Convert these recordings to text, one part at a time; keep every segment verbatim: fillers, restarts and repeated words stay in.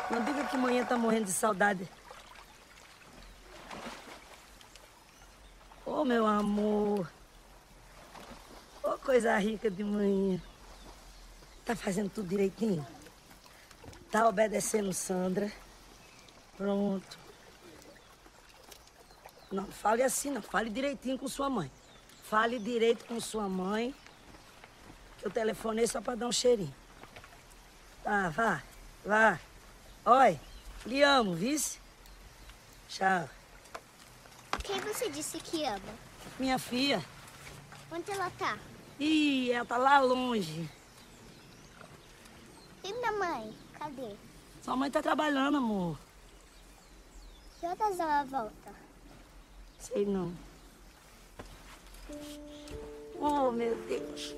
Não diga que manhã tá morrendo de saudade. Ô, meu amor. Ô, coisa rica de manhã. Tá fazendo tudo direitinho? Tá obedecendo Sandra? Pronto. Não, fale assim não. Fale direitinho com sua mãe. Fale direito com sua mãe. Que eu telefonei só pra dar um cheirinho. Tá, vá. Vá. Oi, lhe amo, vice? Tchau. Quem você disse que ama? Minha filha. Onde ela tá? Ih, ela tá lá longe. E minha mãe? Cadê? Sua mãe tá trabalhando, amor. Que horas ela volta? Sei não. Oh, meu Deus.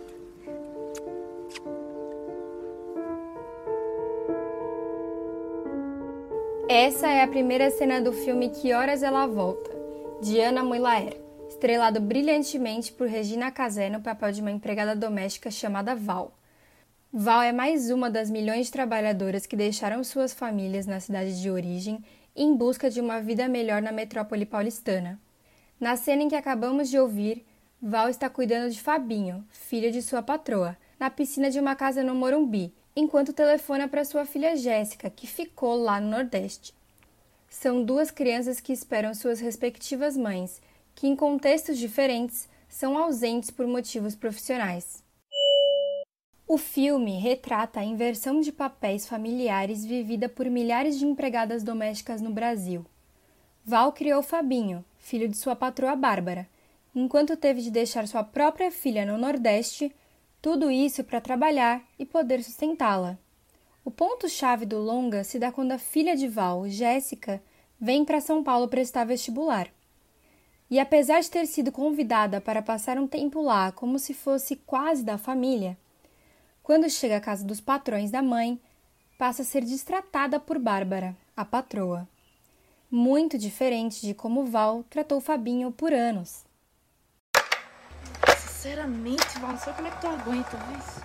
Essa é a primeira cena do filme Que Horas Ela Volta, de Ana Muylaer, estrelado brilhantemente por Regina Casé no papel de uma empregada doméstica chamada Val. Val é mais uma das milhões de trabalhadoras que deixaram suas famílias na cidade de origem em busca de uma vida melhor na metrópole paulistana. Na cena em que acabamos de ouvir, Val está cuidando de Fabinho, filho de sua patroa, na piscina de uma casa no Morumbi, enquanto telefona para sua filha Jéssica, que ficou lá no Nordeste. São duas crianças que esperam suas respectivas mães, que em contextos diferentes são ausentes por motivos profissionais. O filme retrata a inversão de papéis familiares vivida por milhares de empregadas domésticas no Brasil. Val criou Fabinho, filho de sua patroa Bárbara, enquanto teve de deixar sua própria filha no Nordeste, tudo isso para trabalhar e poder sustentá-la. O ponto-chave do longa se dá quando a filha de Val, Jéssica, vem para São Paulo prestar vestibular. E apesar de ter sido convidada para passar um tempo lá como se fosse quase da família, quando chega à casa dos patrões da mãe, passa a ser destratada por Bárbara, a patroa. Muito diferente de como Val tratou Fabinho por anos. Sinceramente, Val, não sei como é que tu aguenta, viu?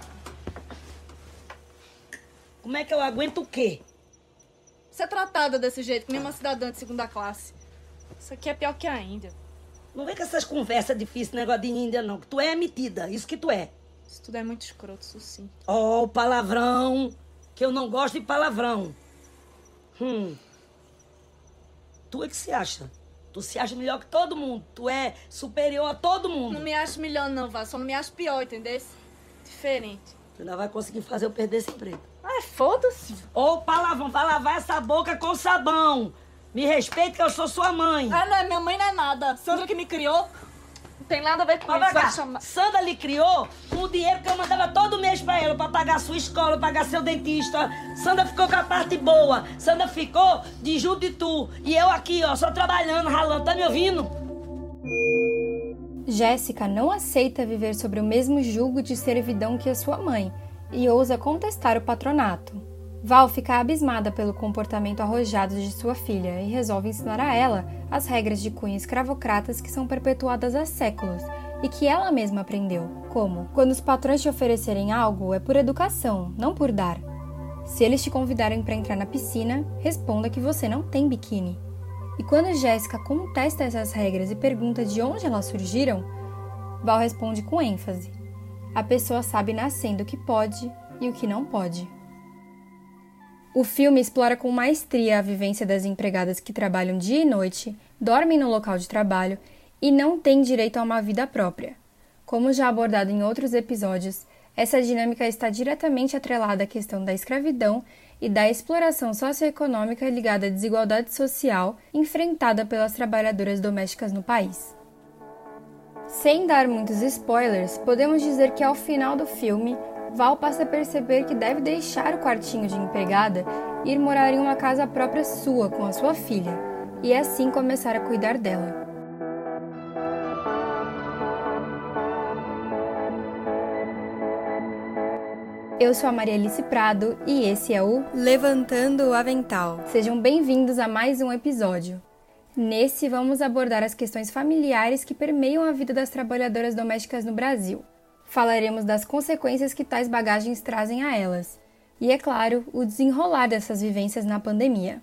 Como é que eu aguento o quê? Ser tratada desse jeito, que nem uma cidadã de segunda classe. Isso aqui é pior que a Índia. Não vem com essas conversas difíceis, negócio de Índia, não. Que tu é metida, isso que tu é. Isso tudo é muito escroto, isso sim. Oh, palavrão. Que eu não gosto de palavrão. Hum. Tu é que se acha? Tu se acha melhor que todo mundo. Tu é superior a todo mundo. Não me acho melhor não, Val. Só não me acho pior, entendeu? Diferente. Tu ainda vai conseguir fazer eu perder esse emprego. Ah, foda-se. Ô, oh, palavrão, vai lavar essa boca com sabão. Me respeita que eu sou sua mãe. Ah, não, minha mãe não é nada. Sandra que me criou. Não tem nada a ver com Mas isso. vai Vai cá, chamar... Sandra lhe criou com o dinheiro que eu mandava todo mês pra ela, pra pagar sua escola, pagar seu dentista. Sandra ficou com a parte boa. Sandra ficou de junto de tu. E eu aqui, ó, só trabalhando, ralando. Tá me ouvindo? Jéssica não aceita viver sobre o mesmo jugo de servidão que a sua mãe e ousa contestar o patronato. Val fica abismada pelo comportamento arrojado de sua filha e resolve ensinar a ela as regras de cunho escravocratas que são perpetuadas há séculos e que ela mesma aprendeu. Como? Quando os patrões te oferecerem algo, é por educação, não por dar. Se eles te convidarem para entrar na piscina, responda que você não tem biquíni. E quando Jéssica contesta essas regras e pergunta de onde elas surgiram, Val responde com ênfase. A pessoa sabe nascendo o que pode e o que não pode. O filme explora com maestria a vivência das empregadas que trabalham dia e noite, dormem no local de trabalho e não têm direito a uma vida própria. Como já abordado em outros episódios, essa dinâmica está diretamente atrelada à questão da escravidão e da exploração socioeconômica ligada à desigualdade social enfrentada pelas trabalhadoras domésticas no país. Sem dar muitos spoilers, podemos dizer que ao final do filme, Val passa a perceber que deve deixar o quartinho de empregada e ir morar em uma casa própria sua com a sua filha, e assim começar a cuidar dela. Eu sou a Maria Alice Prado e esse é o Levantando o Avental. Sejam bem-vindos a mais um episódio. Nesse, vamos abordar as questões familiares que permeiam a vida das trabalhadoras domésticas no Brasil. Falaremos das consequências que tais bagagens trazem a elas, e, é claro, o desenrolar dessas vivências na pandemia.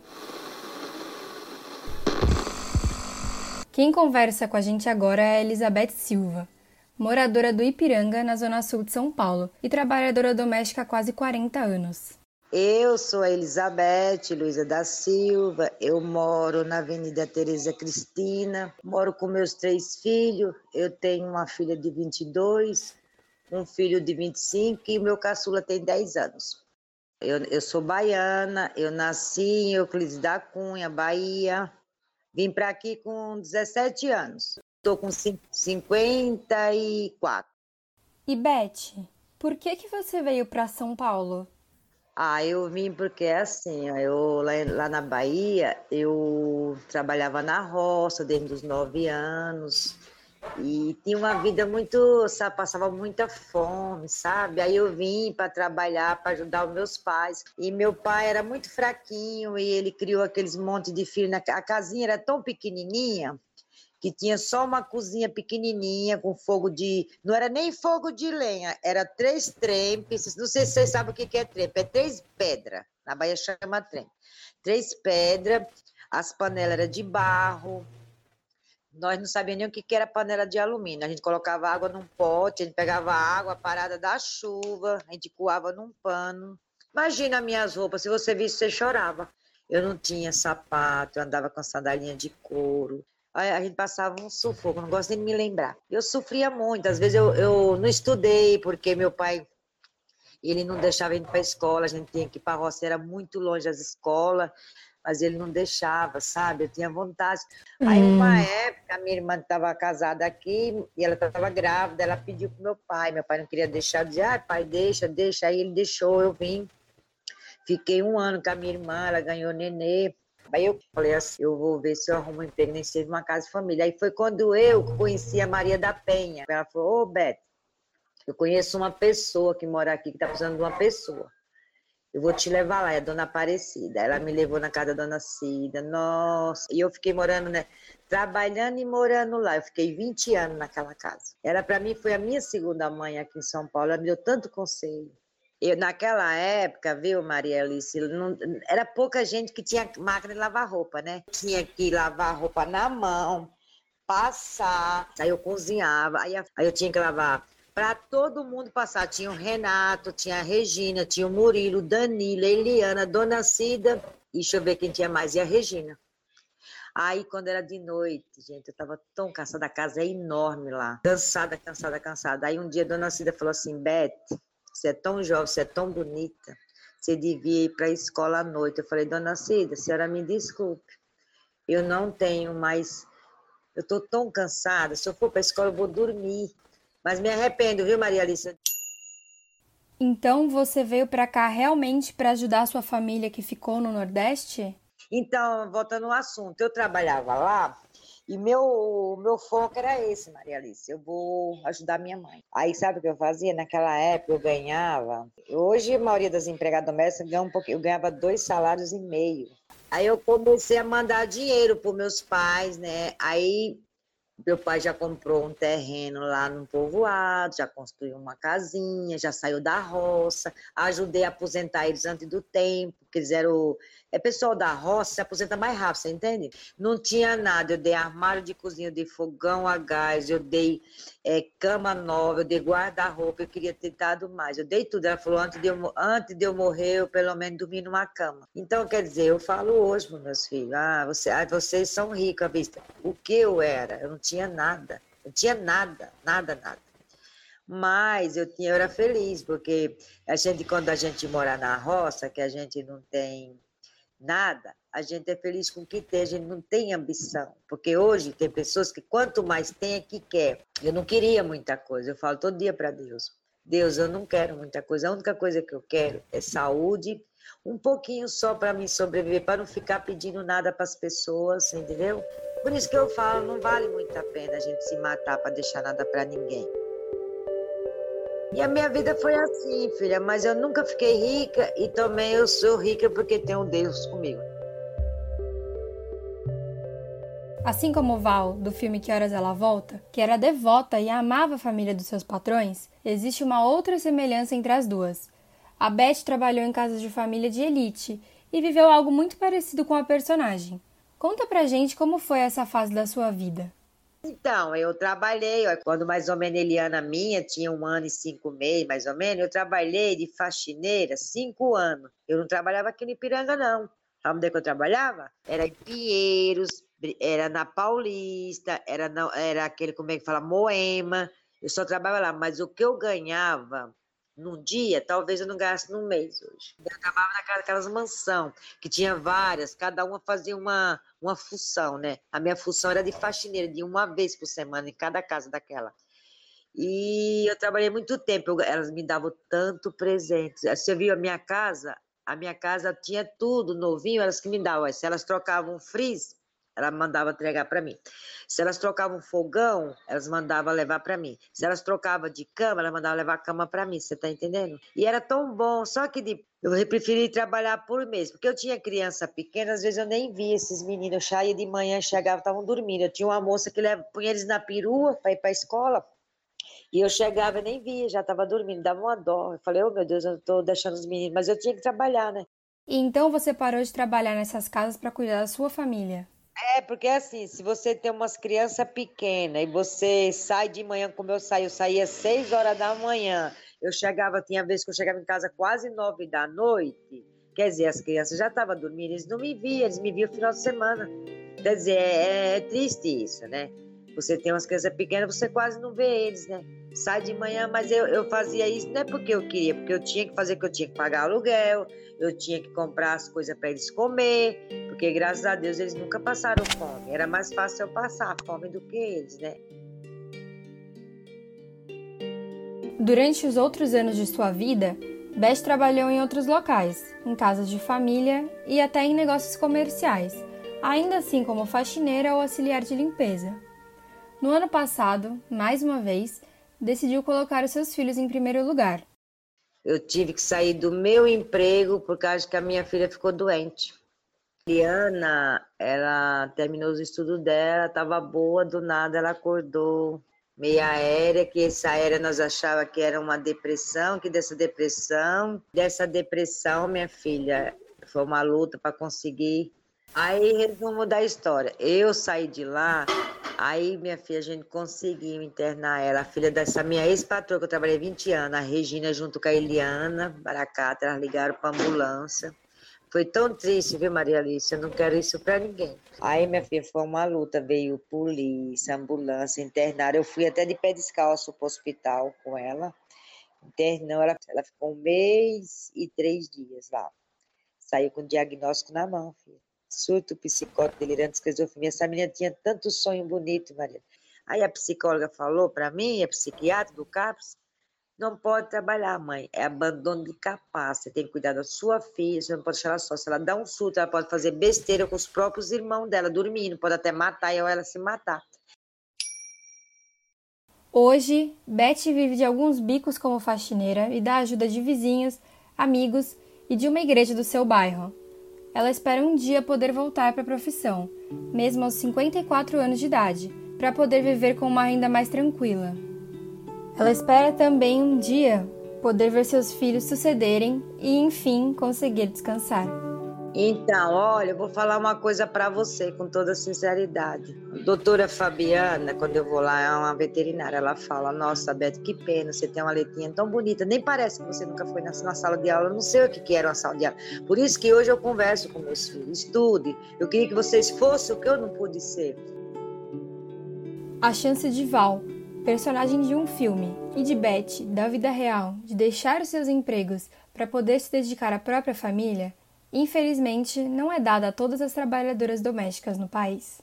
Quem conversa com a gente agora é a Elizabeth Silva, moradora do Ipiranga, na zona sul de São Paulo, e trabalhadora doméstica há quase quarenta anos. Eu sou a Elizabeth Luiza da Silva, eu moro na Avenida Tereza Cristina, moro com meus três filhos, eu tenho uma filha de vinte e dois, um filho de vinte e cinco e o meu caçula tem dez anos. Eu, eu sou baiana, eu nasci em Euclides da Cunha, Bahia, vim para aqui com dezessete anos, estou com cinquenta e quatro. E Beth, por que que você veio para São Paulo? Ah, eu vim porque assim, ó, eu lá, lá na Bahia, eu trabalhava na roça desde os nove anos e tinha uma vida muito, sabe, passava muita fome, sabe? Aí eu vim para trabalhar, para ajudar os meus pais. E meu pai era muito fraquinho e ele criou aqueles monte de filhos. A casinha era tão pequenininha que tinha só uma cozinha pequenininha com fogo de... Não era nem fogo de lenha, era três trempes. Não sei se vocês sabem o que é trempe, é três pedras. Na Bahia chama trempe. Três pedras, as panelas eram de barro. Nós não sabíamos nem o que era panela de alumínio. A gente colocava água num pote, a gente pegava a água parada da chuva, a gente coava num pano. Imagina as minhas roupas, se você visse, você chorava. Eu não tinha sapato, eu andava com sandalinha de couro. A gente passava um sufoco, não gosto nem de me lembrar. Eu sofria muito, às vezes eu, eu não estudei, porque meu pai, ele não deixava a gente ir para a escola, a gente tinha que ir para a roça, era muito longe das escolas, mas ele não deixava, sabe? Eu tinha vontade. Hum. Aí uma época, a minha irmã estava casada aqui, e ela estava grávida, ela pediu para meu pai, meu pai não queria deixar, eu dizia, ah, pai, deixa, deixa, aí ele deixou, eu vim. Fiquei um ano com a minha irmã, ela ganhou nenê. Aí eu falei assim, eu vou ver se eu arrumo um emprego, nem seja uma casa de família. Aí foi quando eu conheci a Maria da Penha. Ela falou, ô Beto, eu conheço uma pessoa que mora aqui, que está precisando de uma pessoa. Eu vou te levar lá, é a Dona Aparecida. Ela me levou na casa da Dona Cida, nossa. E eu fiquei morando, né, trabalhando e morando lá. Eu fiquei vinte anos naquela casa. Ela, para mim, foi a minha segunda mãe aqui em São Paulo. Ela me deu tanto conselho. Eu, naquela época, viu, Maria Alice, não, era pouca gente que tinha máquina de lavar roupa, né? Tinha que lavar roupa na mão, passar, aí eu cozinhava, aí, aí eu tinha que lavar para todo mundo passar. Tinha o Renato, tinha a Regina, tinha o Murilo, Danilo, Eliana, Dona Cida, e deixa eu ver quem tinha mais, e a Regina. Aí, quando era de noite, gente, eu tava tão cansada, a casa é enorme lá, cansada, cansada, cansada. Aí um dia a Dona Cida falou assim, Beth, você é tão jovem, você é tão bonita, você devia ir para a escola à noite. Eu falei, Dona Cida, a senhora me desculpe, eu não tenho mais, eu estou tão cansada, se eu for para a escola eu vou dormir, mas me arrependo, viu, Maria Alice? Então você veio para cá realmente para ajudar a sua família que ficou no Nordeste? Então, voltando ao assunto, eu trabalhava lá, e meu, meu foco era esse, Maria Alice, eu vou ajudar minha mãe. Aí sabe o que eu fazia? Naquela época eu ganhava, hoje a maioria das empregadas domésticas ganha um pouquinho, eu ganhava dois salários e meio. Aí eu comecei a mandar dinheiro para meus pais, né? Aí meu pai já comprou um terreno lá no povoado, já construiu uma casinha, já saiu da roça, ajudei a aposentar eles antes do tempo, porque eles eram... É pessoal da roça, se aposenta mais rápido, você entende? Não tinha nada, eu dei armário de cozinha, eu dei fogão a gás, eu dei é, cama nova, eu dei guarda-roupa, eu queria ter dado mais, eu dei tudo. Ela falou, antes de, eu, antes de eu morrer, eu pelo menos dormi numa cama. Então, quer dizer, eu falo hoje para meus filhos, ah, você, ah, vocês são ricos à vista. O que eu era? Eu não tinha nada, não tinha nada, nada, nada. Mas eu, tinha, eu era feliz, porque a gente, quando a gente mora na roça, que a gente não tem nada, a gente é feliz com o que tem, a gente não tem ambição, porque hoje tem pessoas que quanto mais tem é que quer. Eu não queria muita coisa, eu falo todo dia para Deus, Deus, eu não quero muita coisa, a única coisa que eu quero é saúde, um pouquinho só para mim sobreviver, para não ficar pedindo nada para as pessoas, entendeu? Por isso que eu falo, não vale muito a pena a gente se matar para deixar nada para ninguém. E a minha vida foi assim, filha, mas eu nunca fiquei rica e também eu sou rica porque tenho Deus comigo. Assim como Val, do filme Que Horas Ela Volta, que era devota e amava a família dos seus patrões, existe uma outra semelhança entre as duas. a Beth trabalhou em casas de família de elite e viveu algo muito parecido com a personagem. Conta pra gente como foi essa fase da sua vida. Então, eu trabalhei, ó, quando mais ou menos Eliana minha tinha um ano e cinco meses, mais ou menos, eu trabalhei de faxineira cinco anos. Eu não trabalhava aqui no Ipiranga, não. Sabe onde é que eu trabalhava? Era em Pinheiros, era na Paulista, era, na, era aquele, como é que fala, Moema. Eu só trabalhava lá, mas o que eu ganhava num dia, talvez eu não ganhasse num mês hoje. Eu trabalhava naquelas mansão, que tinha várias, cada uma fazia uma, uma função, né? A minha função era de faxineira, de uma vez por semana, em cada casa daquela. E eu trabalhei muito tempo, eu, elas me davam tanto presente. Você viu a minha casa? A minha casa tinha tudo novinho, elas que me davam. Se elas trocavam um freezer, ela mandava entregar para mim. Se elas trocavam fogão, elas mandavam levar para mim. Se elas trocavam de cama, elas mandavam levar a cama para mim, você tá entendendo? E era tão bom, só que de... eu preferi trabalhar por mês, porque eu tinha criança pequena, às vezes eu nem via esses meninos. Eu saía de manhã, chegava, estavam dormindo. Eu tinha uma moça que leva, punha eles na perua para ir para a escola, e eu chegava e nem via, já estava dormindo, dava uma dó. Eu falei, oh meu Deus, eu estou deixando os meninos, mas eu tinha que trabalhar, né? E então você parou de trabalhar nessas casas para cuidar da sua família? É, porque assim, se você tem umas crianças pequenas e você sai de manhã, como eu saí, eu saía às seis horas da manhã, eu chegava, tinha vezes que eu chegava em casa quase nove da noite, quer dizer, as crianças já estavam dormindo, eles não me viam, eles me viam no final de semana. Quer dizer, é, é triste isso, né? Você tem umas crianças pequenas, você quase não vê eles, né? Sai de manhã, mas eu, eu fazia isso não é porque eu queria, porque eu tinha que fazer, que eu tinha que pagar aluguel, eu tinha que comprar as coisas para eles comer, porque graças a Deus eles nunca passaram fome. Era mais fácil eu passar fome do que eles, né? Durante os outros anos de sua vida, Beth trabalhou em outros locais, em casas de família e até em negócios comerciais, ainda assim como faxineira ou auxiliar de limpeza. No ano passado, mais uma vez, decidiu colocar os seus filhos em primeiro lugar. Eu tive que sair do meu emprego por causa que a minha filha ficou doente. A Liana, ela terminou os estudos dela, estava boa, do nada ela acordou meia aérea, que essa aérea nós achávamos que era uma depressão, que dessa depressão, dessa depressão, minha filha, foi uma luta para conseguir. Aí, resumo da história, eu saí de lá. Aí, minha filha, a gente conseguiu internar ela, a filha dessa minha ex-patroa, que eu trabalhei vinte anos, a Regina, junto com a Eliana Baracata, elas ligaram para a ambulância. Foi tão triste, viu, Maria Alice? Eu não quero isso para ninguém. Aí, minha filha, foi uma luta, veio polícia, ambulância, internaram. Eu fui até de pé descalço para o hospital com ela. Internou, ela, ela ficou um mês e três dias lá. Saiu com diagnóstico na mão, filha. Surto psicótico, delirante, esquizofrenia. Essa menina tinha tanto sonho bonito, Maria. Aí a psicóloga falou para mim, a psiquiatra do CAPS, não pode trabalhar, mãe, é abandono de capaz, você tem que cuidar da sua filha, você não pode deixar ela só. Se ela dá um surto, ela pode fazer besteira com os próprios irmãos dela, dormindo, pode até matar ou ela se matar. Hoje, Beth vive de alguns bicos como faxineira e dá ajuda de vizinhos, amigos e de uma igreja do seu bairro. Ela espera um dia poder voltar para a profissão, mesmo aos cinquenta e quatro anos de idade, para poder viver com uma renda mais tranquila. Ela espera também um dia poder ver seus filhos sucederem e, enfim, conseguir descansar. Então, olha, eu vou falar uma coisa para você com toda sinceridade. A doutora Fabiana, quando eu vou lá, é uma veterinária, ela fala, nossa, Beto, que pena, você tem uma letrinha tão bonita, nem parece que você nunca foi na, na sala de aula, eu não sei o que, que era uma sala de aula. Por isso que hoje eu converso com meus filhos, estude, eu queria que vocês fossem o que eu não pude ser. A chance de Val, personagem de um filme, e de Beth, da vida real, de deixar os seus empregos para poder se dedicar à própria família, infelizmente, não é dada a todas as trabalhadoras domésticas no país.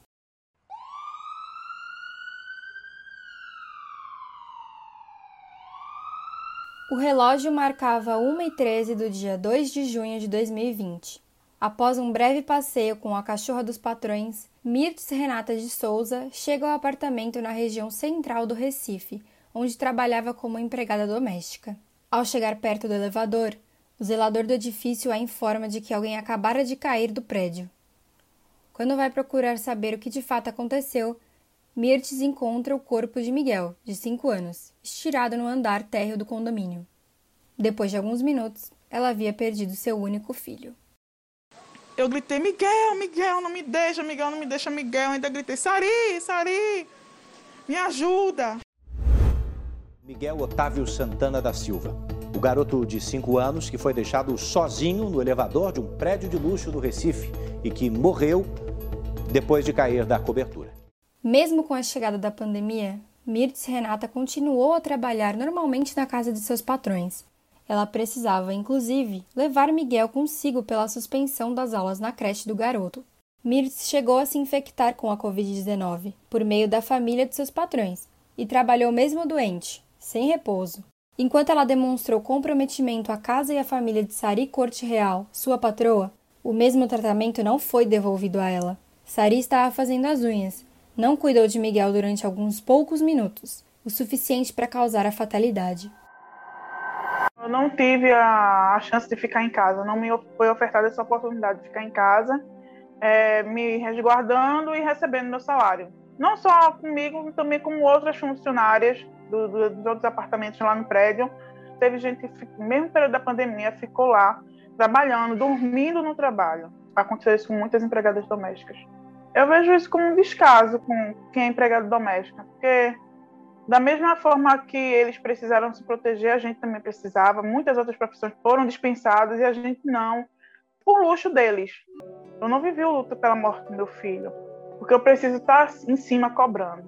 O relógio marcava uma e treze do dia dois de junho de dois mil e vinte. Após um breve passeio com a cachorra dos patrões, Mirtes Renata de Souza chega ao apartamento na região central do Recife, onde trabalhava como empregada doméstica. Ao chegar perto do elevador, o zelador do edifício a informa de que alguém acabara de cair do prédio. Quando vai procurar saber o que de fato aconteceu, Mirtes encontra o corpo de Miguel, de cinco anos, estirado no andar térreo do condomínio. Depois de alguns minutos, ela havia perdido seu único filho. Eu gritei, Miguel, Miguel, não me deixa, Miguel, não me deixa, Miguel. Eu ainda gritei, Sari, Sari, me ajuda. Miguel Otávio Santana da Silva, o garoto de cinco anos que foi deixado sozinho no elevador de um prédio de luxo do Recife e que morreu depois de cair da cobertura. Mesmo com a chegada da pandemia, Mirtz Renata continuou a trabalhar normalmente na casa de seus patrões. Ela precisava, inclusive, levar Miguel consigo pela suspensão das aulas na creche do garoto. Mirtz chegou a se infectar com a covid dezenove por meio da família de seus patrões e trabalhou mesmo doente, sem repouso. Enquanto ela demonstrou comprometimento à casa e à família de Sari Corte Real, sua patroa, o mesmo tratamento não foi devolvido a ela. Sari estava fazendo as unhas. Não cuidou de Miguel durante alguns poucos minutos, o suficiente para causar a fatalidade. Eu não tive a, a chance de ficar em casa, não me foi ofertada essa oportunidade de ficar em casa, é, me resguardando e recebendo meu salário. Não só comigo, também com outras funcionárias do, do, dos outros apartamentos lá no prédio. Teve gente que, mesmo no período da pandemia, ficou lá trabalhando, dormindo no trabalho. Aconteceu isso com muitas empregadas domésticas. Eu vejo isso como um descaso com quem é empregado doméstico, porque da mesma forma que eles precisaram se proteger, a gente também precisava. Muitas outras profissões foram dispensadas e a gente não, por luxo deles. Eu não vivi o luto pela morte do meu filho, porque eu preciso estar em cima cobrando.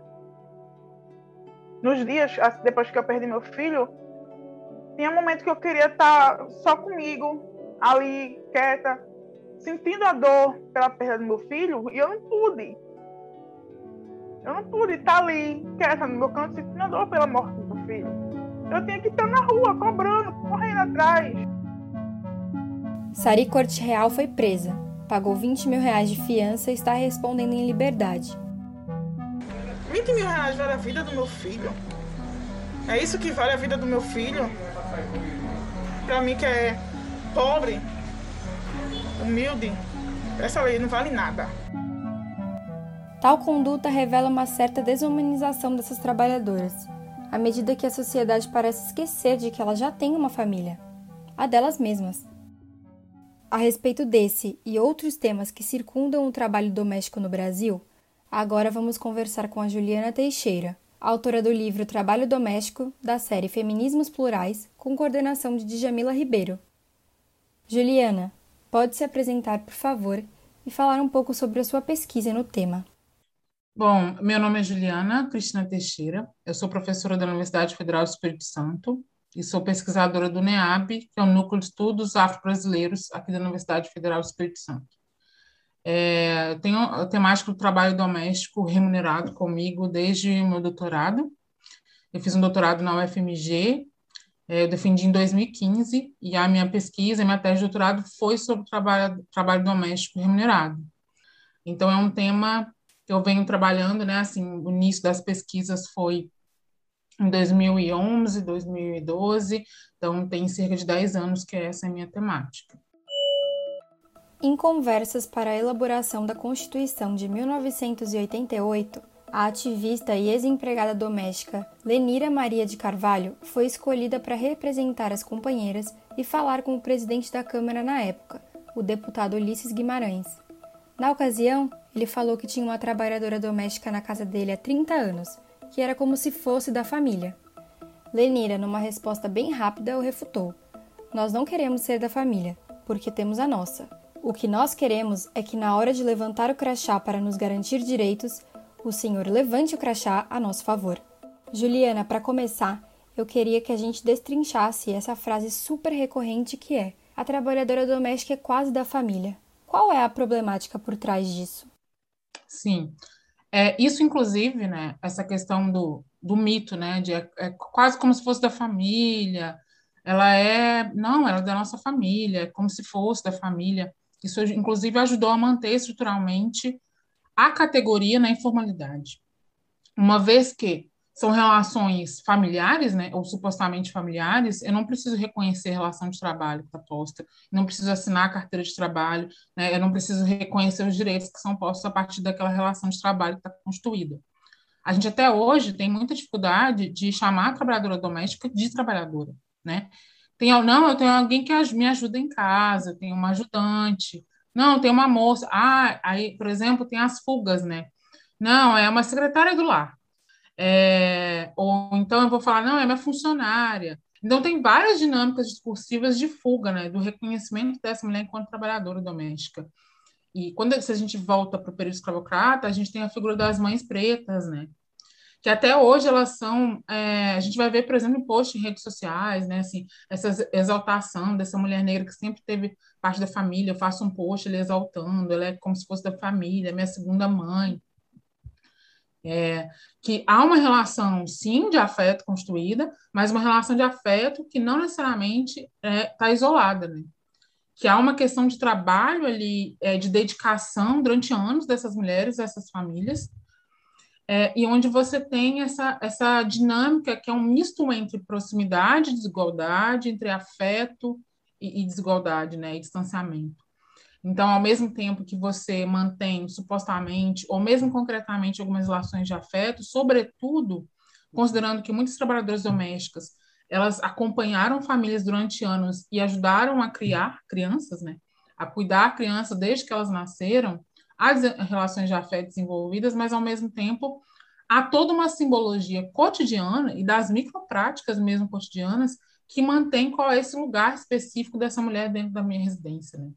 Nos dias, depois que eu perdi meu filho, tinha momentos que eu queria estar só comigo, ali, quieta, sentindo a dor pela perda do meu filho, e eu não pude. Eu não pude estar ali, quieta no meu canto, sentindo a dor pela morte do meu filho. Eu tinha que estar na rua, cobrando, correndo atrás. Sari Corte Real foi presa, pagou vinte mil reais de fiança e está respondendo em liberdade. vinte mil reais vale a vida do meu filho? É isso que vale a vida do meu filho? Pra mim que é pobre, humilde, essa lei não vale nada. Tal conduta revela uma certa desumanização dessas trabalhadoras, à medida que a sociedade parece esquecer de que elas já têm uma família, a delas mesmas. A respeito desse e outros temas que circundam o trabalho doméstico no Brasil, agora vamos conversar com a Juliana Teixeira, autora do livro Trabalho Doméstico, da série Feminismos Plurais, com coordenação de Djamila Ribeiro. Juliana, pode se apresentar, por favor, e falar um pouco sobre a sua pesquisa no tema. Bom, meu nome é Juliana Cristina Teixeira, eu sou professora da Universidade Federal do Espírito Santo e sou pesquisadora do NEAB, que é o Núcleo de Estudos Afro-Brasileiros aqui da Universidade Federal do Espírito Santo. É, eu tenho a temática do trabalho doméstico remunerado comigo desde o meu doutorado. Eu fiz um doutorado na U F M G, é, eu defendi em dois mil e quinze, e a minha pesquisa, a minha tese de doutorado foi sobre o trabalho, trabalho doméstico remunerado. Então, é um tema que eu venho trabalhando, né, assim, o início das pesquisas foi em dois mil e onze, dois mil e doze, então tem cerca de dez anos que essa é a minha temática. Em conversas para a elaboração da Constituição de mil novecentos e oitenta e oito, a ativista e ex-empregada doméstica Lenira Maria de Carvalho foi escolhida para representar as companheiras e falar com o presidente da Câmara na época, o deputado Ulisses Guimarães. Na ocasião, ele falou que tinha uma trabalhadora doméstica na casa dele há trinta anos, que era como se fosse da família. Lenira, numa resposta bem rápida, o refutou. Nós não queremos ser da família, porque temos a nossa. O que nós queremos é que na hora de levantar o crachá para nos garantir direitos, o senhor levante o crachá a nosso favor. Juliana, para começar, eu queria que a gente destrinchasse essa frase super recorrente que é: a trabalhadora doméstica é quase da família. Qual é a problemática por trás disso? Sim, é, isso inclusive, né, essa questão do, do mito, né, de é, é quase como se fosse da família, ela é, não, ela é da nossa família, é como se fosse da família. Isso inclusive ajudou a manter estruturalmente a categoria na informalidade. Uma vez que são relações familiares, né, ou supostamente familiares, eu não preciso reconhecer a relação de trabalho que está posta, não preciso assinar a carteira de trabalho, né, eu não preciso reconhecer os direitos que são postos a partir daquela relação de trabalho que está constituída. A gente até hoje tem muita dificuldade de chamar a trabalhadora doméstica de trabalhadora, né? Tem, não, eu tenho alguém que me ajuda em casa, tem uma ajudante. Não, tem uma moça. Ah, aí, por exemplo, tem as fugas, né? Não, é uma secretária do lar. É, ou então eu vou falar, não, é minha funcionária. Então, tem várias dinâmicas discursivas de fuga, né? Do reconhecimento dessa mulher enquanto trabalhadora doméstica. E quando se a gente volta para o período escravocrata, a gente tem a figura das mães pretas, né? Que até hoje elas são, é, a gente vai ver, por exemplo, em posts em redes sociais, né, assim, essa exaltação dessa mulher negra que sempre teve parte da família. Eu faço um post ele exaltando, ela é como se fosse da família, minha segunda mãe. É, que há uma relação, sim, de afeto construída, mas uma relação de afeto que não necessariamente está é, tá isolada, né? Que há uma questão de trabalho ali, é, de dedicação durante anos dessas mulheres, dessas famílias, É, e onde você tem essa, essa dinâmica que é um misto entre proximidade e desigualdade, entre afeto e, e desigualdade, né, e distanciamento. Então, ao mesmo tempo que você mantém supostamente, ou mesmo concretamente, algumas relações de afeto, sobretudo, considerando que muitas trabalhadoras domésticas, elas acompanharam famílias durante anos e ajudaram a criar crianças, né, a cuidar da criança desde que elas nasceram, há relações de afeto desenvolvidas, mas, ao mesmo tempo, há toda uma simbologia cotidiana e das micropráticas mesmo cotidianas que mantém qual é esse lugar específico dessa mulher dentro da minha residência, né?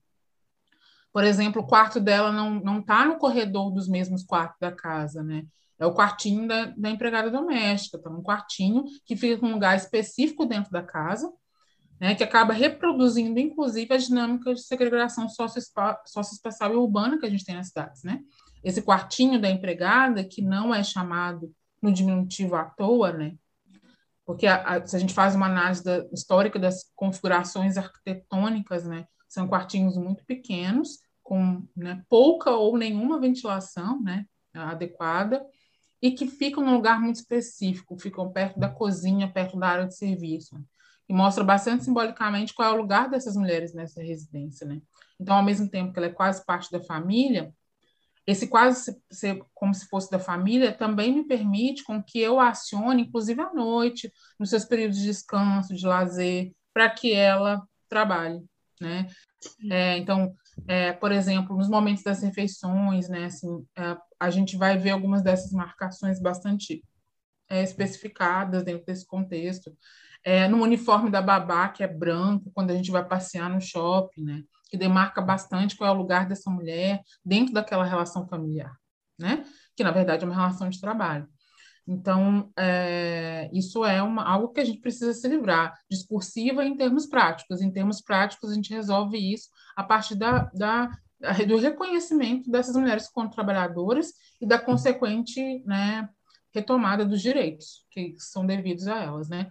Por exemplo, o quarto dela não está no corredor dos mesmos quartos da casa, né? É o quartinho da, da empregada doméstica, tá? Um quartinho que fica com um lugar específico dentro da casa, né, que acaba reproduzindo, inclusive, as dinâmicas de segregação socioespacial e urbana que a gente tem nas cidades, né? Esse quartinho da empregada, que não é chamado no diminutivo à toa, né? Porque a, a, se a gente faz uma análise da, histórica das configurações arquitetônicas, né, são quartinhos muito pequenos, com, né, pouca ou nenhuma ventilação, né, adequada, e que ficam num lugar muito específico, ficam perto da cozinha, perto da área de serviço, e mostra bastante simbolicamente qual é o lugar dessas mulheres nessa residência, né? Então, ao mesmo tempo que ela é quase parte da família, esse quase ser como se fosse da família também me permite com que eu acione, inclusive à noite, nos seus períodos de descanso, de lazer, para que ela trabalhe, né? É, então, é, por exemplo, nos momentos das refeições, né, assim, é, a gente vai ver algumas dessas marcações bastante é, especificadas dentro desse contexto. É, no uniforme da babá, que é branco, quando a gente vai passear no shopping, né, que demarca bastante qual é o lugar dessa mulher dentro daquela relação familiar, né, que, na verdade, é uma relação de trabalho. Então, é, isso é uma, algo que a gente precisa se livrar, discursiva em termos práticos. Em termos práticos, a gente resolve isso a partir da, da, do reconhecimento dessas mulheres como trabalhadoras e da consequente, né, retomada dos direitos que são devidos a elas, né?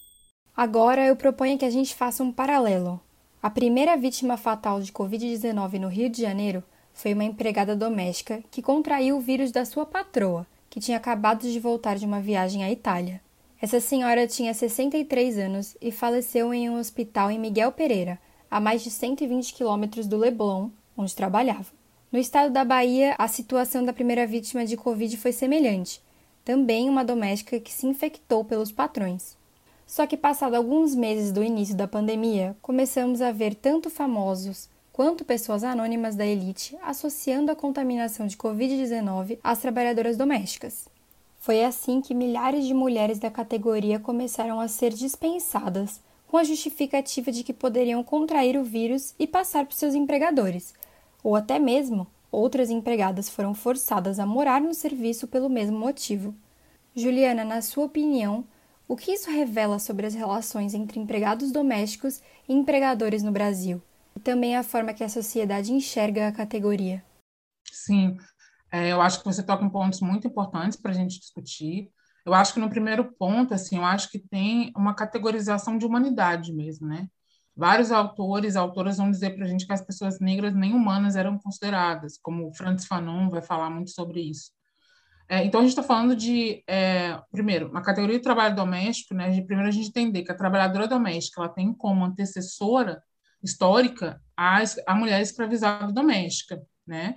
Agora, eu proponho que a gente faça um paralelo. A primeira vítima fatal de covid dezenove no Rio de Janeiro foi uma empregada doméstica que contraiu o vírus da sua patroa, que tinha acabado de voltar de uma viagem à Itália. Essa senhora tinha sessenta e três anos e faleceu em um hospital em Miguel Pereira, a mais de cento e vinte quilômetros do Leblon, onde trabalhava. No estado da Bahia, a situação da primeira vítima de Covid foi semelhante, também uma doméstica que se infectou pelos patrões. Só que, passado alguns meses do início da pandemia, começamos a ver tanto famosos quanto pessoas anônimas da elite associando a contaminação de covid dezenove às trabalhadoras domésticas. Foi assim que milhares de mulheres da categoria começaram a ser dispensadas, com a justificativa de que poderiam contrair o vírus e passar para seus empregadores, ou até mesmo outras empregadas foram forçadas a morar no serviço pelo mesmo motivo. Juliana, na sua opinião, o que isso revela sobre as relações entre empregados domésticos e empregadores no Brasil? E também a forma que a sociedade enxerga a categoria. Sim, é, eu acho que você toca em pontos muito importantes para a gente discutir. Eu acho que no primeiro ponto, assim, eu acho que tem uma categorização de humanidade mesmo, né? Vários autores, autoras vão dizer para a gente que as pessoas negras nem humanas eram consideradas, como o Frantz Fanon vai falar muito sobre isso. É, então, a gente está falando de, é, primeiro, uma categoria de trabalho doméstico, né? De, primeiro, a gente entender que a trabalhadora doméstica ela tem como antecessora histórica a, a mulher escravizada doméstica, né?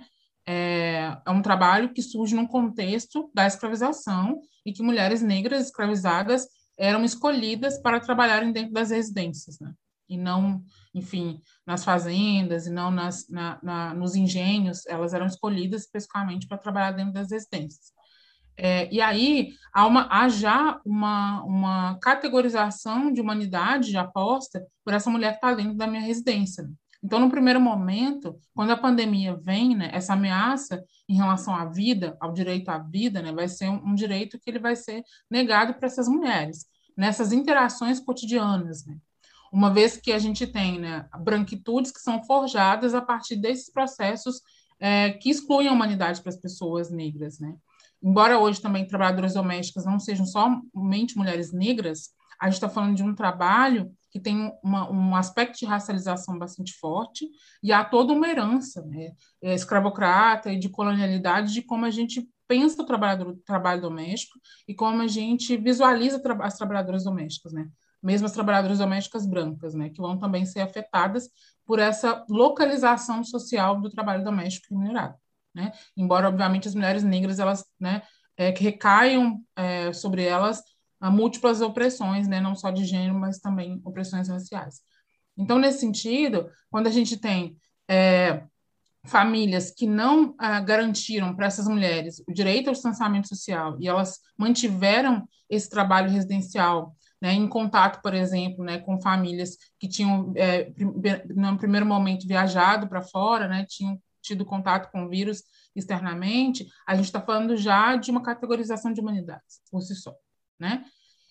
É, é um trabalho que surge num contexto da escravização e que mulheres negras escravizadas eram escolhidas para trabalharem dentro das residências, né? e não, enfim, nas fazendas e não nas, na, na, nos engenhos, elas eram escolhidas especificamente para trabalhar dentro das residências. É, e aí há, uma, há já uma, uma categorização de humanidade já posta por essa mulher que está dentro da minha residência. Então, no primeiro momento, quando a pandemia vem, né, essa ameaça em relação à vida, ao direito à vida, né, vai ser um, um direito que ele vai ser negado para essas mulheres, nessas interações cotidianas, né? Uma vez que a gente tem, né, branquitudes que são forjadas a partir desses processos é, que excluem a humanidade para as pessoas negras, né? Embora hoje também trabalhadoras domésticas não sejam somente mulheres negras, a gente está falando de um trabalho que tem uma, um aspecto de racialização bastante forte e há toda uma herança, né, escravocrata e de colonialidade de como a gente pensa o trabalhador, o trabalho doméstico e como a gente visualiza tra- as trabalhadoras domésticas, né? Mesmo as trabalhadoras domésticas brancas, né, que vão também ser afetadas por essa localização social do trabalho doméstico remunerado, né? Embora, obviamente, as mulheres negras, elas, né, é, que recaiam é, sobre elas a múltiplas opressões, né, não só de gênero, mas também opressões raciais. Então, nesse sentido, quando a gente tem é, famílias que não ah, garantiram para essas mulheres o direito ao distanciamento social e elas mantiveram esse trabalho residencial, né, em contato, por exemplo, né, com famílias que tinham, é, no primeiro momento, viajado para fora, né, tinham tido contato com o vírus externamente, a gente está falando já de uma categorização de humanidades, por si só, né?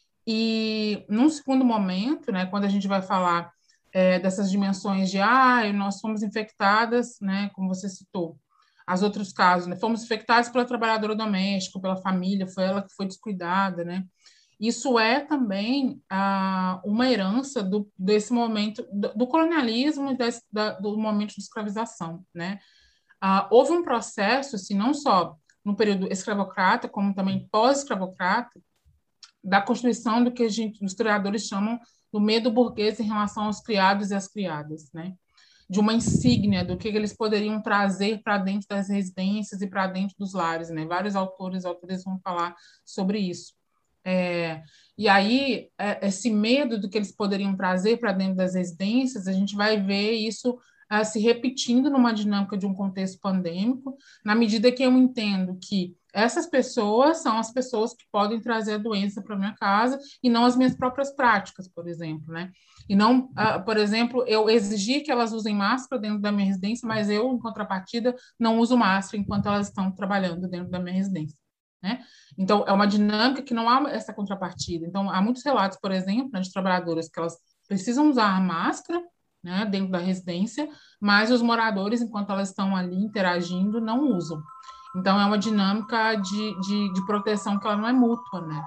E, num segundo momento, né, quando a gente vai falar é, dessas dimensões de, ah, nós fomos infectadas, né, como você citou, as outros casos, né, fomos infectados pela trabalhadora doméstica, pela família, foi ela que foi descuidada, né? Isso é também ah, uma herança do, desse momento, do, do colonialismo e desse, da, do momento de escravização, né? Ah, houve um processo, assim, não só no período escravocrata, como também pós-escravocrata, da constituição do que a gente, os historiadores chamam do medo burguês em relação aos criados e às criadas, né? De uma insígnia do que eles poderiam trazer para dentro das residências e para dentro dos lares, né? Vários autores e autores vão falar sobre isso. É, e aí, esse medo do que eles poderiam trazer para dentro das residências, a gente vai ver isso uh, se repetindo numa dinâmica de um contexto pandêmico, na medida que eu entendo que essas pessoas são as pessoas que podem trazer a doença para minha casa e não as minhas próprias práticas, por exemplo, né? E não, uh, por exemplo, eu exigir que elas usem máscara dentro da minha residência, mas eu, em contrapartida, não uso máscara enquanto elas estão trabalhando dentro da minha residência, né? Então, é uma dinâmica que não há essa contrapartida. Então, há muitos relatos, por exemplo, né, de trabalhadoras que elas precisam usar máscara, né, dentro da residência, mas os moradores, enquanto elas estão ali interagindo, não usam. Então, é uma dinâmica de, de, de proteção que ela não é mútua, né?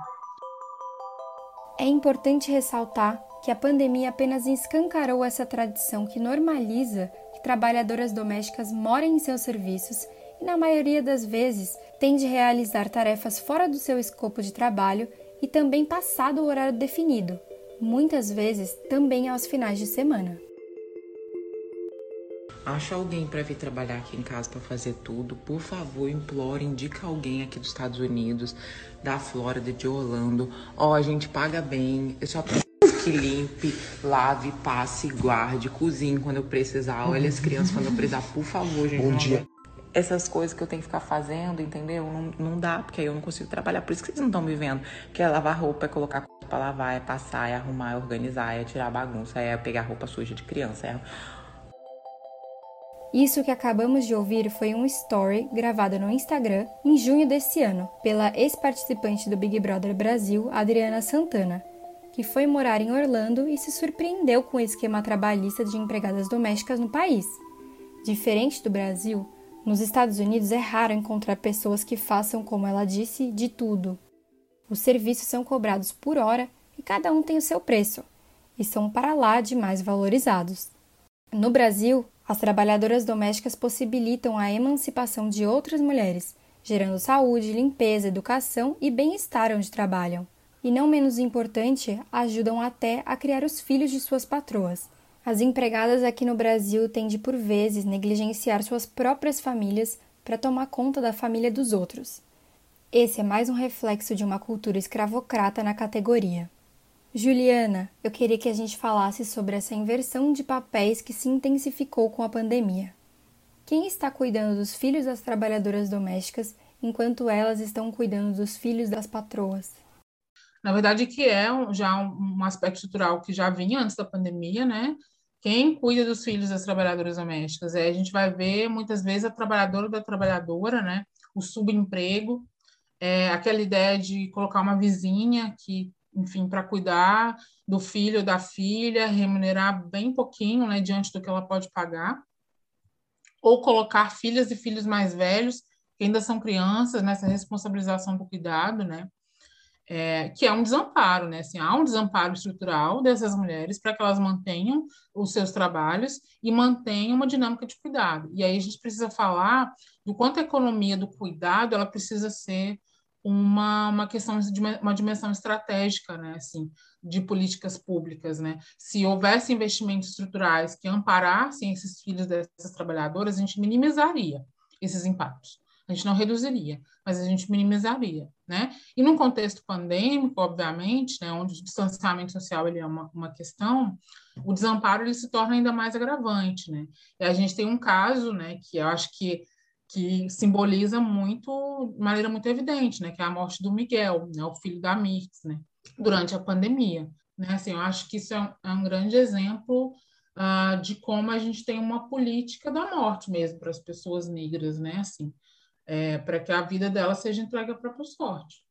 É importante ressaltar que a pandemia apenas escancarou essa tradição que normaliza que trabalhadoras domésticas morem em seus serviços e, na maioria das vezes, têm de realizar tarefas fora do seu escopo de trabalho e também passado o horário definido, muitas vezes também aos finais de semana. Acha alguém para vir trabalhar aqui em casa para fazer tudo, por favor, implore, indica alguém aqui dos Estados Unidos, da Flórida, de Orlando. Ó, a gente paga bem, eu só preciso que limpe, lave, passe, guarde, cozinhe quando eu precisar, olha as crianças quando eu precisar, por favor, gente. Bom dia. Essas coisas que eu tenho que ficar fazendo, entendeu? Não, não dá, porque aí eu não consigo trabalhar. Por isso que vocês não estão me vendo. Que é lavar roupa, é colocar coisa pra lavar, é passar, é arrumar, é organizar, é tirar bagunça, é pegar roupa suja de criança, é... Isso que acabamos de ouvir foi um story gravado no Instagram em junho desse ano, pela ex-participante do Big Brother Brasil, Adriana Santana, que foi morar em Orlando e se surpreendeu com o esquema trabalhista de empregadas domésticas no país. Diferente do Brasil, nos Estados Unidos é raro encontrar pessoas que façam, como ela disse, de tudo. Os serviços são cobrados por hora e cada um tem o seu preço, e são para lá de mais valorizados. No Brasil, as trabalhadoras domésticas possibilitam a emancipação de outras mulheres, gerando saúde, limpeza, educação e bem-estar onde trabalham. E não menos importante, ajudam até a criar os filhos de suas patroas. As empregadas aqui no Brasil tendem por vezes negligenciar suas próprias famílias para tomar conta da família dos outros. Esse é mais um reflexo de uma cultura escravocrata na categoria. Juliana, eu queria que a gente falasse sobre essa inversão de papéis que se intensificou com a pandemia. Quem está cuidando dos filhos das trabalhadoras domésticas enquanto elas estão cuidando dos filhos das patroas? Na verdade, que é um, já um, um aspecto estrutural que já vinha antes da pandemia, né? Quem cuida dos filhos das trabalhadoras domésticas? É, a gente vai ver, muitas vezes, a trabalhadora da trabalhadora, né? O subemprego, é, aquela ideia de colocar uma vizinha que, enfim, para cuidar do filho ou da filha, remunerar bem pouquinho, né? Diante do que ela pode pagar. Ou colocar filhas e filhos mais velhos, que ainda são crianças, nessa responsabilização do cuidado, né? É, que é um desamparo, né? Assim, há um desamparo estrutural dessas mulheres para que elas mantenham os seus trabalhos e mantenham uma dinâmica de cuidado. E aí a gente precisa falar do quanto a economia do cuidado ela precisa ser uma, uma questão de uma dimensão estratégica, né? Assim, de políticas públicas, né? Se houvesse investimentos estruturais que amparassem esses filhos dessas trabalhadoras, a gente minimizaria esses impactos. A gente não reduziria, mas a gente minimizaria, né? E num contexto pandêmico, obviamente, né, onde o distanciamento social ele é uma, uma questão, o desamparo ele se torna ainda mais agravante, né? E a gente tem um caso, né, que eu acho que, que simboliza muito, de maneira muito evidente, né, que é a morte do Miguel, né, o filho da Mirtz, né, durante a pandemia, né? Assim, eu acho que isso é um, é um grande exemplo uh, de como a gente tem uma política da morte mesmo para as pessoas negras, né? Assim, É, para que a vida dela seja entregue à própria sorte.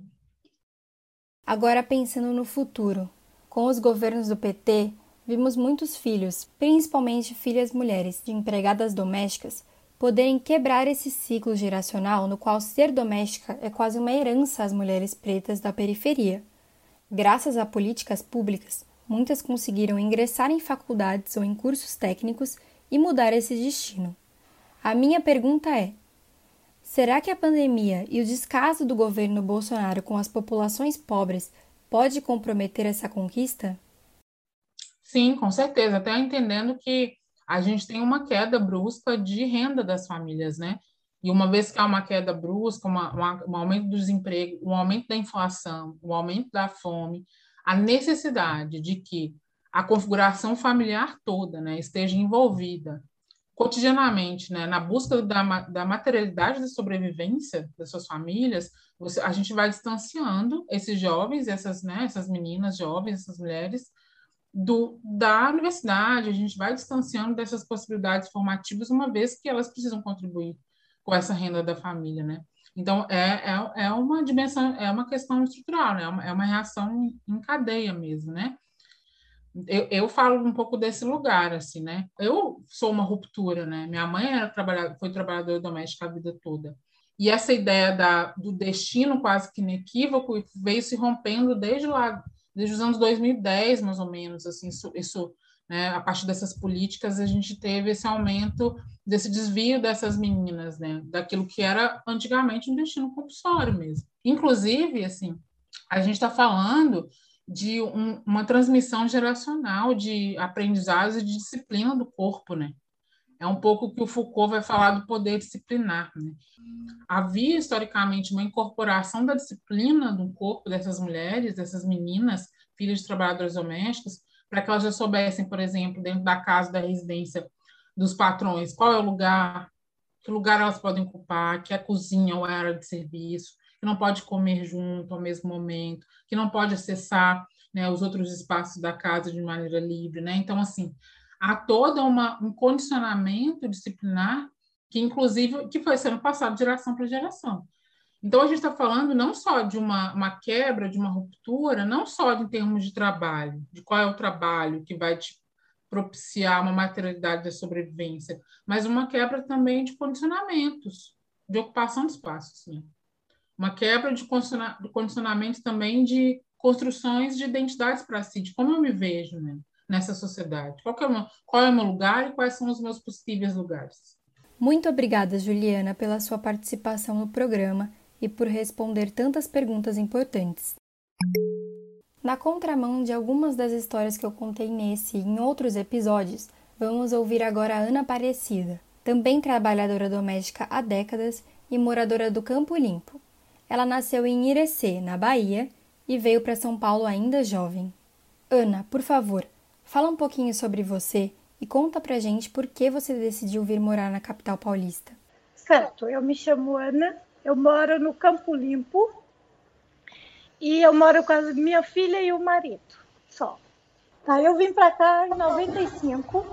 Agora, pensando no futuro, com os governos do P T, vimos muitos filhos, principalmente filhas mulheres de empregadas domésticas, poderem quebrar esse ciclo geracional no qual ser doméstica é quase uma herança às mulheres pretas da periferia. Graças a políticas públicas, muitas conseguiram ingressar em faculdades ou em cursos técnicos e mudar esse destino. A minha pergunta é: será que a pandemia e o descaso do governo Bolsonaro com as populações pobres pode comprometer essa conquista? Sim, com certeza. Até entendendo que a gente tem uma queda brusca de renda das famílias, né? E uma vez que há uma queda brusca, uma, uma, um aumento do desemprego, um aumento da inflação, um aumento da fome, a necessidade de que a configuração familiar toda, né, esteja envolvida cotidianamente, né, na busca da, da materialidade da sobrevivência das suas famílias, você, a gente vai distanciando esses jovens, essas, né, essas meninas jovens, essas mulheres, do, da universidade, a gente vai distanciando dessas possibilidades formativas, uma vez que elas precisam contribuir com essa renda da família, né? Então, é, é, é uma dimensão, é uma questão estrutural, né? É uma, é uma reação em cadeia mesmo, né? Eu, eu falo um pouco desse lugar, assim, né? Eu sou uma ruptura, né? Minha mãe era trabalhadora, foi trabalhadora doméstica a vida toda. E essa ideia da, do destino quase que inequívoco veio se rompendo desde lá, desde os anos dois mil e dez, mais ou menos, assim, isso, isso né? A partir dessas políticas, a gente teve esse aumento desse desvio dessas meninas, né? Daquilo que era antigamente um destino compulsório mesmo. Inclusive, assim, a gente está falando de um, uma transmissão geracional de aprendizados e de disciplina do corpo, né? É um pouco que o Foucault vai falar do poder disciplinar, né? Havia, historicamente, uma incorporação da disciplina do corpo dessas mulheres, dessas meninas, filhas de trabalhadoras domésticas, para que elas já soubessem, por exemplo, dentro da casa, da residência dos patrões, qual é o lugar, que lugar elas podem ocupar, que é a cozinha ou a área de serviço, que não pode comer junto ao mesmo momento, que não pode acessar, né, os outros espaços da casa de maneira livre, né? Então, assim, há todo uma, um condicionamento disciplinar que, inclusive, que foi sendo passado de geração para geração. Então, a gente está falando não só de uma, uma quebra, de uma ruptura, não só em termos de trabalho, de qual é o trabalho que vai te propiciar uma materialidade da sobrevivência, mas uma quebra também de condicionamentos, de ocupação de espaços, né? Uma quebra de condicionamento também de construções de identidades para si, de como eu me vejo, né, nessa sociedade. Qual, que é o meu, qual é o meu lugar e quais são os meus possíveis lugares. Muito obrigada, Juliana, pela sua participação no programa e por responder tantas perguntas importantes. Na contramão de algumas das histórias que eu contei nesse e em outros episódios, vamos ouvir agora a Ana Aparecida, também trabalhadora doméstica há décadas e moradora do Campo Limpo. Ela nasceu em Irecê, na Bahia, e veio para São Paulo ainda jovem. Ana, por favor, fala um pouquinho sobre você e conta pra gente por que você decidiu vir morar na capital paulista. Certo, eu me chamo Ana, eu moro no Campo Limpo e eu moro com a minha filha e o marido, só. Tá, eu vim para cá em noventa e cinco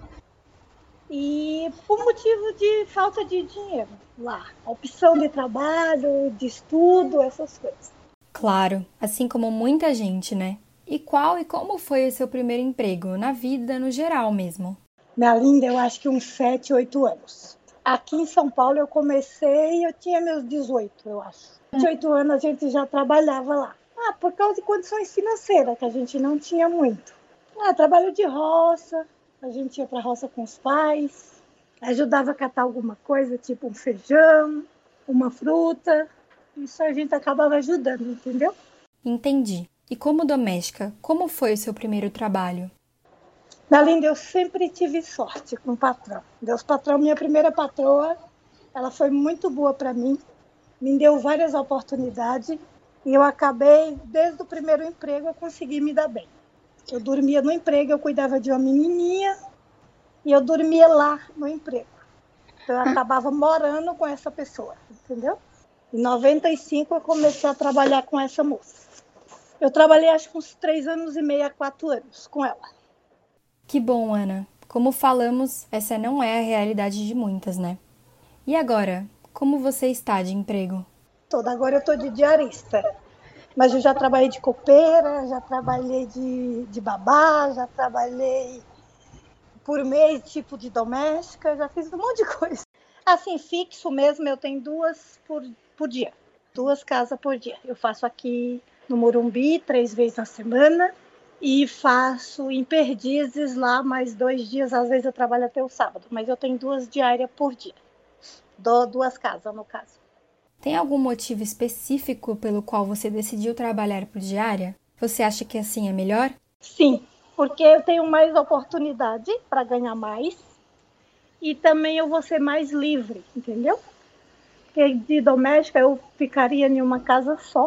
e por motivo de falta de dinheiro lá, opção de trabalho, de estudo, essas coisas. Claro, assim como muita gente, né? E qual e como foi o seu primeiro emprego, na vida, no geral mesmo? Minha linda, eu acho que uns sete, oito anos. Aqui em São Paulo eu comecei, eu tinha meus dezoito, eu acho. dezoito anos a gente já trabalhava lá. Ah, por causa de condições financeiras, que a gente não tinha muito. Ah, trabalho de roça, a gente ia para a roça com os pais, ajudava a catar alguma coisa, tipo um feijão, uma fruta. Isso a gente acabava ajudando, entendeu? Entendi. E como doméstica, como foi o seu primeiro trabalho? Minha linda, eu sempre tive sorte com o patrão. Deus patrão, minha primeira patroa, ela foi muito boa para mim, me deu várias oportunidades e eu acabei, desde o primeiro emprego, eu consegui me dar bem. Eu dormia no emprego, eu cuidava de uma menininha e eu dormia lá no emprego. Então eu acabava morando com essa pessoa, entendeu? Em noventa e cinco eu comecei a trabalhar com essa moça. Eu trabalhei acho que uns três anos e meio a quatro anos com ela. Que bom, Ana. Como falamos, essa não é a realidade de muitas, né? E agora, como você está de emprego? Toda agora eu estou de diarista. Mas eu já trabalhei de copeira, já trabalhei de, de babá, já trabalhei por mês, tipo de doméstica, já fiz um monte de coisa. Assim, fixo mesmo, eu tenho duas por, por dia. Duas casas por dia. Eu faço aqui no Morumbi, três vezes na semana. E faço em Perdizes lá mais dois dias. Às vezes eu trabalho até o sábado. Mas eu tenho duas diárias por dia. Do, duas casas, no caso. Tem algum motivo específico pelo qual você decidiu trabalhar por diária? Você acha que assim é melhor? Sim, porque eu tenho mais oportunidade para ganhar mais e também eu vou ser mais livre, entendeu? Porque de doméstica eu ficaria em uma casa só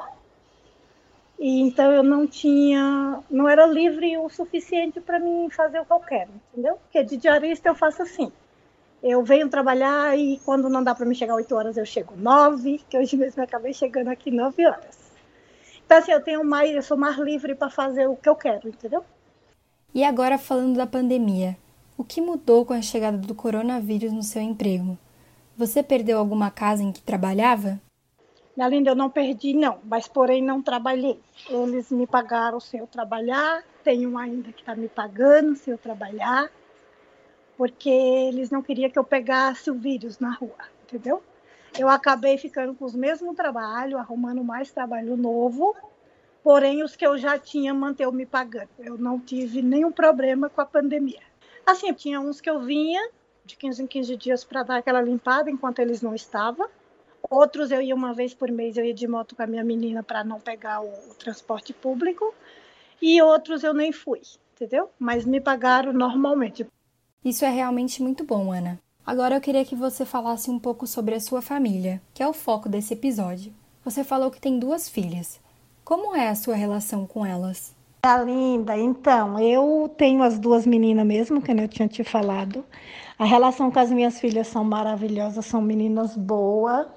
e então eu não tinha, não era livre o suficiente para mim fazer o que eu quero, entendeu? Porque de diarista eu faço assim. Eu venho trabalhar e quando não dá para me chegar oito horas, eu chego nove, que hoje mesmo eu acabei chegando aqui nove horas. Então, assim, eu tenho mais, eu sou mais livre para fazer o que eu quero, entendeu? E agora falando da pandemia, o que mudou com a chegada do coronavírus no seu emprego? Você perdeu alguma casa em que trabalhava? Minha linda, eu não perdi, não, mas porém não trabalhei. Eles me pagaram sem eu trabalhar, tem um ainda que está me pagando sem eu trabalhar. Porque eles não queriam que eu pegasse o vírus na rua, entendeu? Eu acabei ficando com os mesmos trabalhos, arrumando mais trabalho novo, porém os que eu já tinha manteu me pagando. Eu não tive nenhum problema com a pandemia. Assim, tinha uns que eu vinha de quinze em quinze dias para dar aquela limpada enquanto eles não estavam. Outros eu ia uma vez por mês, eu ia de moto com a minha menina para não pegar o, o transporte público. E outros eu nem fui, entendeu? Mas me pagaram normalmente. Isso é realmente muito bom, Ana. Agora eu queria que você falasse um pouco sobre a sua família, que é o foco desse episódio. Você falou que tem duas filhas. Como é a sua relação com elas? Tá linda. Então, eu tenho as duas meninas mesmo, que eu tinha te falado. A relação com as minhas filhas são maravilhosas, são meninas boas.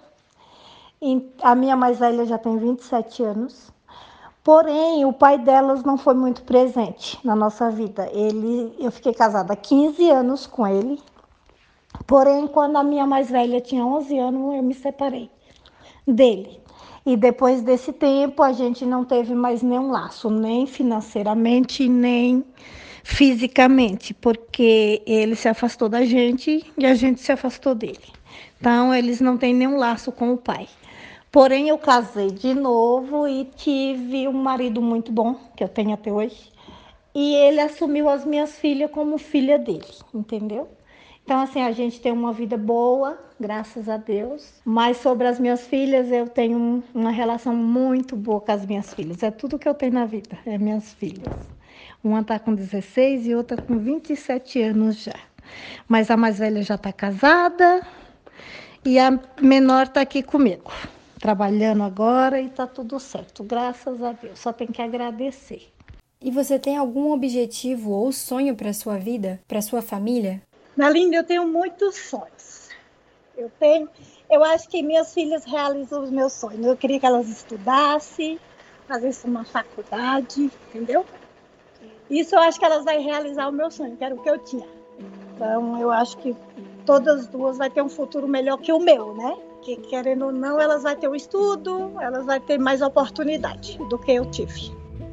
A minha mais velha já tem vinte e sete anos. Porém, o pai delas não foi muito presente na nossa vida. Ele, eu fiquei casada há quinze anos com ele. Porém, quando a minha mais velha tinha onze anos, eu me separei dele. E depois desse tempo, a gente não teve mais nenhum laço, nem financeiramente, nem fisicamente, porque ele se afastou da gente e a gente se afastou dele. Então, eles não têm nenhum laço com o pai. Porém, eu casei de novo e tive um marido muito bom, que eu tenho até hoje. E ele assumiu as minhas filhas como filha dele, entendeu? Então, assim, a gente tem uma vida boa, graças a Deus. Mas sobre as minhas filhas, eu tenho uma relação muito boa com as minhas filhas. É tudo que eu tenho na vida, é minhas filhas. Uma está com dezesseis e outra com vinte e sete anos já. Mas a mais velha já está casada e a menor está aqui comigo. trabalhando agora e está tudo certo, graças a Deus. Só tem que agradecer. E você tem algum objetivo ou sonho para sua vida, para sua família? Nalinda, eu tenho muitos sonhos. Eu tenho, eu acho que minhas filhas realizam os meus sonhos. Eu queria que elas estudassem, fizessem uma faculdade, entendeu? Isso eu acho que elas vão realizar o meu sonho, que era o que eu tinha. Então, eu acho que todas as duas vão ter um futuro melhor que o meu, né? Que, querendo ou não, elas vão ter um estudo, elas vão ter mais oportunidade do que eu tive.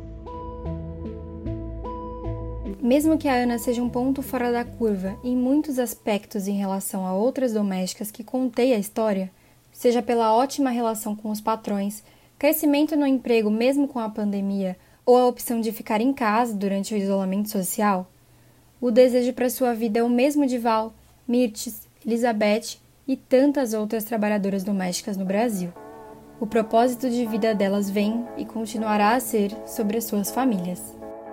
Mesmo que a Ana seja um ponto fora da curva em muitos aspectos em relação a outras domésticas que contei a história, seja pela ótima relação com os patrões, crescimento no emprego mesmo com a pandemia ou a opção de ficar em casa durante o isolamento social, o desejo para sua vida é o mesmo de Val, Mirtes, Elizabeth e tantas outras trabalhadoras domésticas no Brasil. O propósito de vida delas vem e continuará a ser sobre as suas famílias.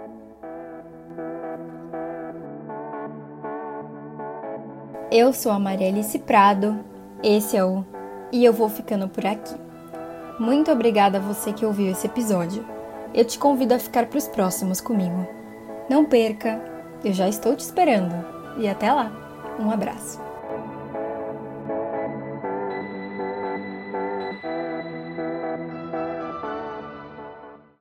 Eu sou a Maria Alice Prado, esse é o E Eu Vou Ficando Por Aqui. Muito obrigada a você que ouviu esse episódio. Eu te convido a ficar para os próximos comigo. Não perca, eu já estou te esperando. E até lá, um abraço.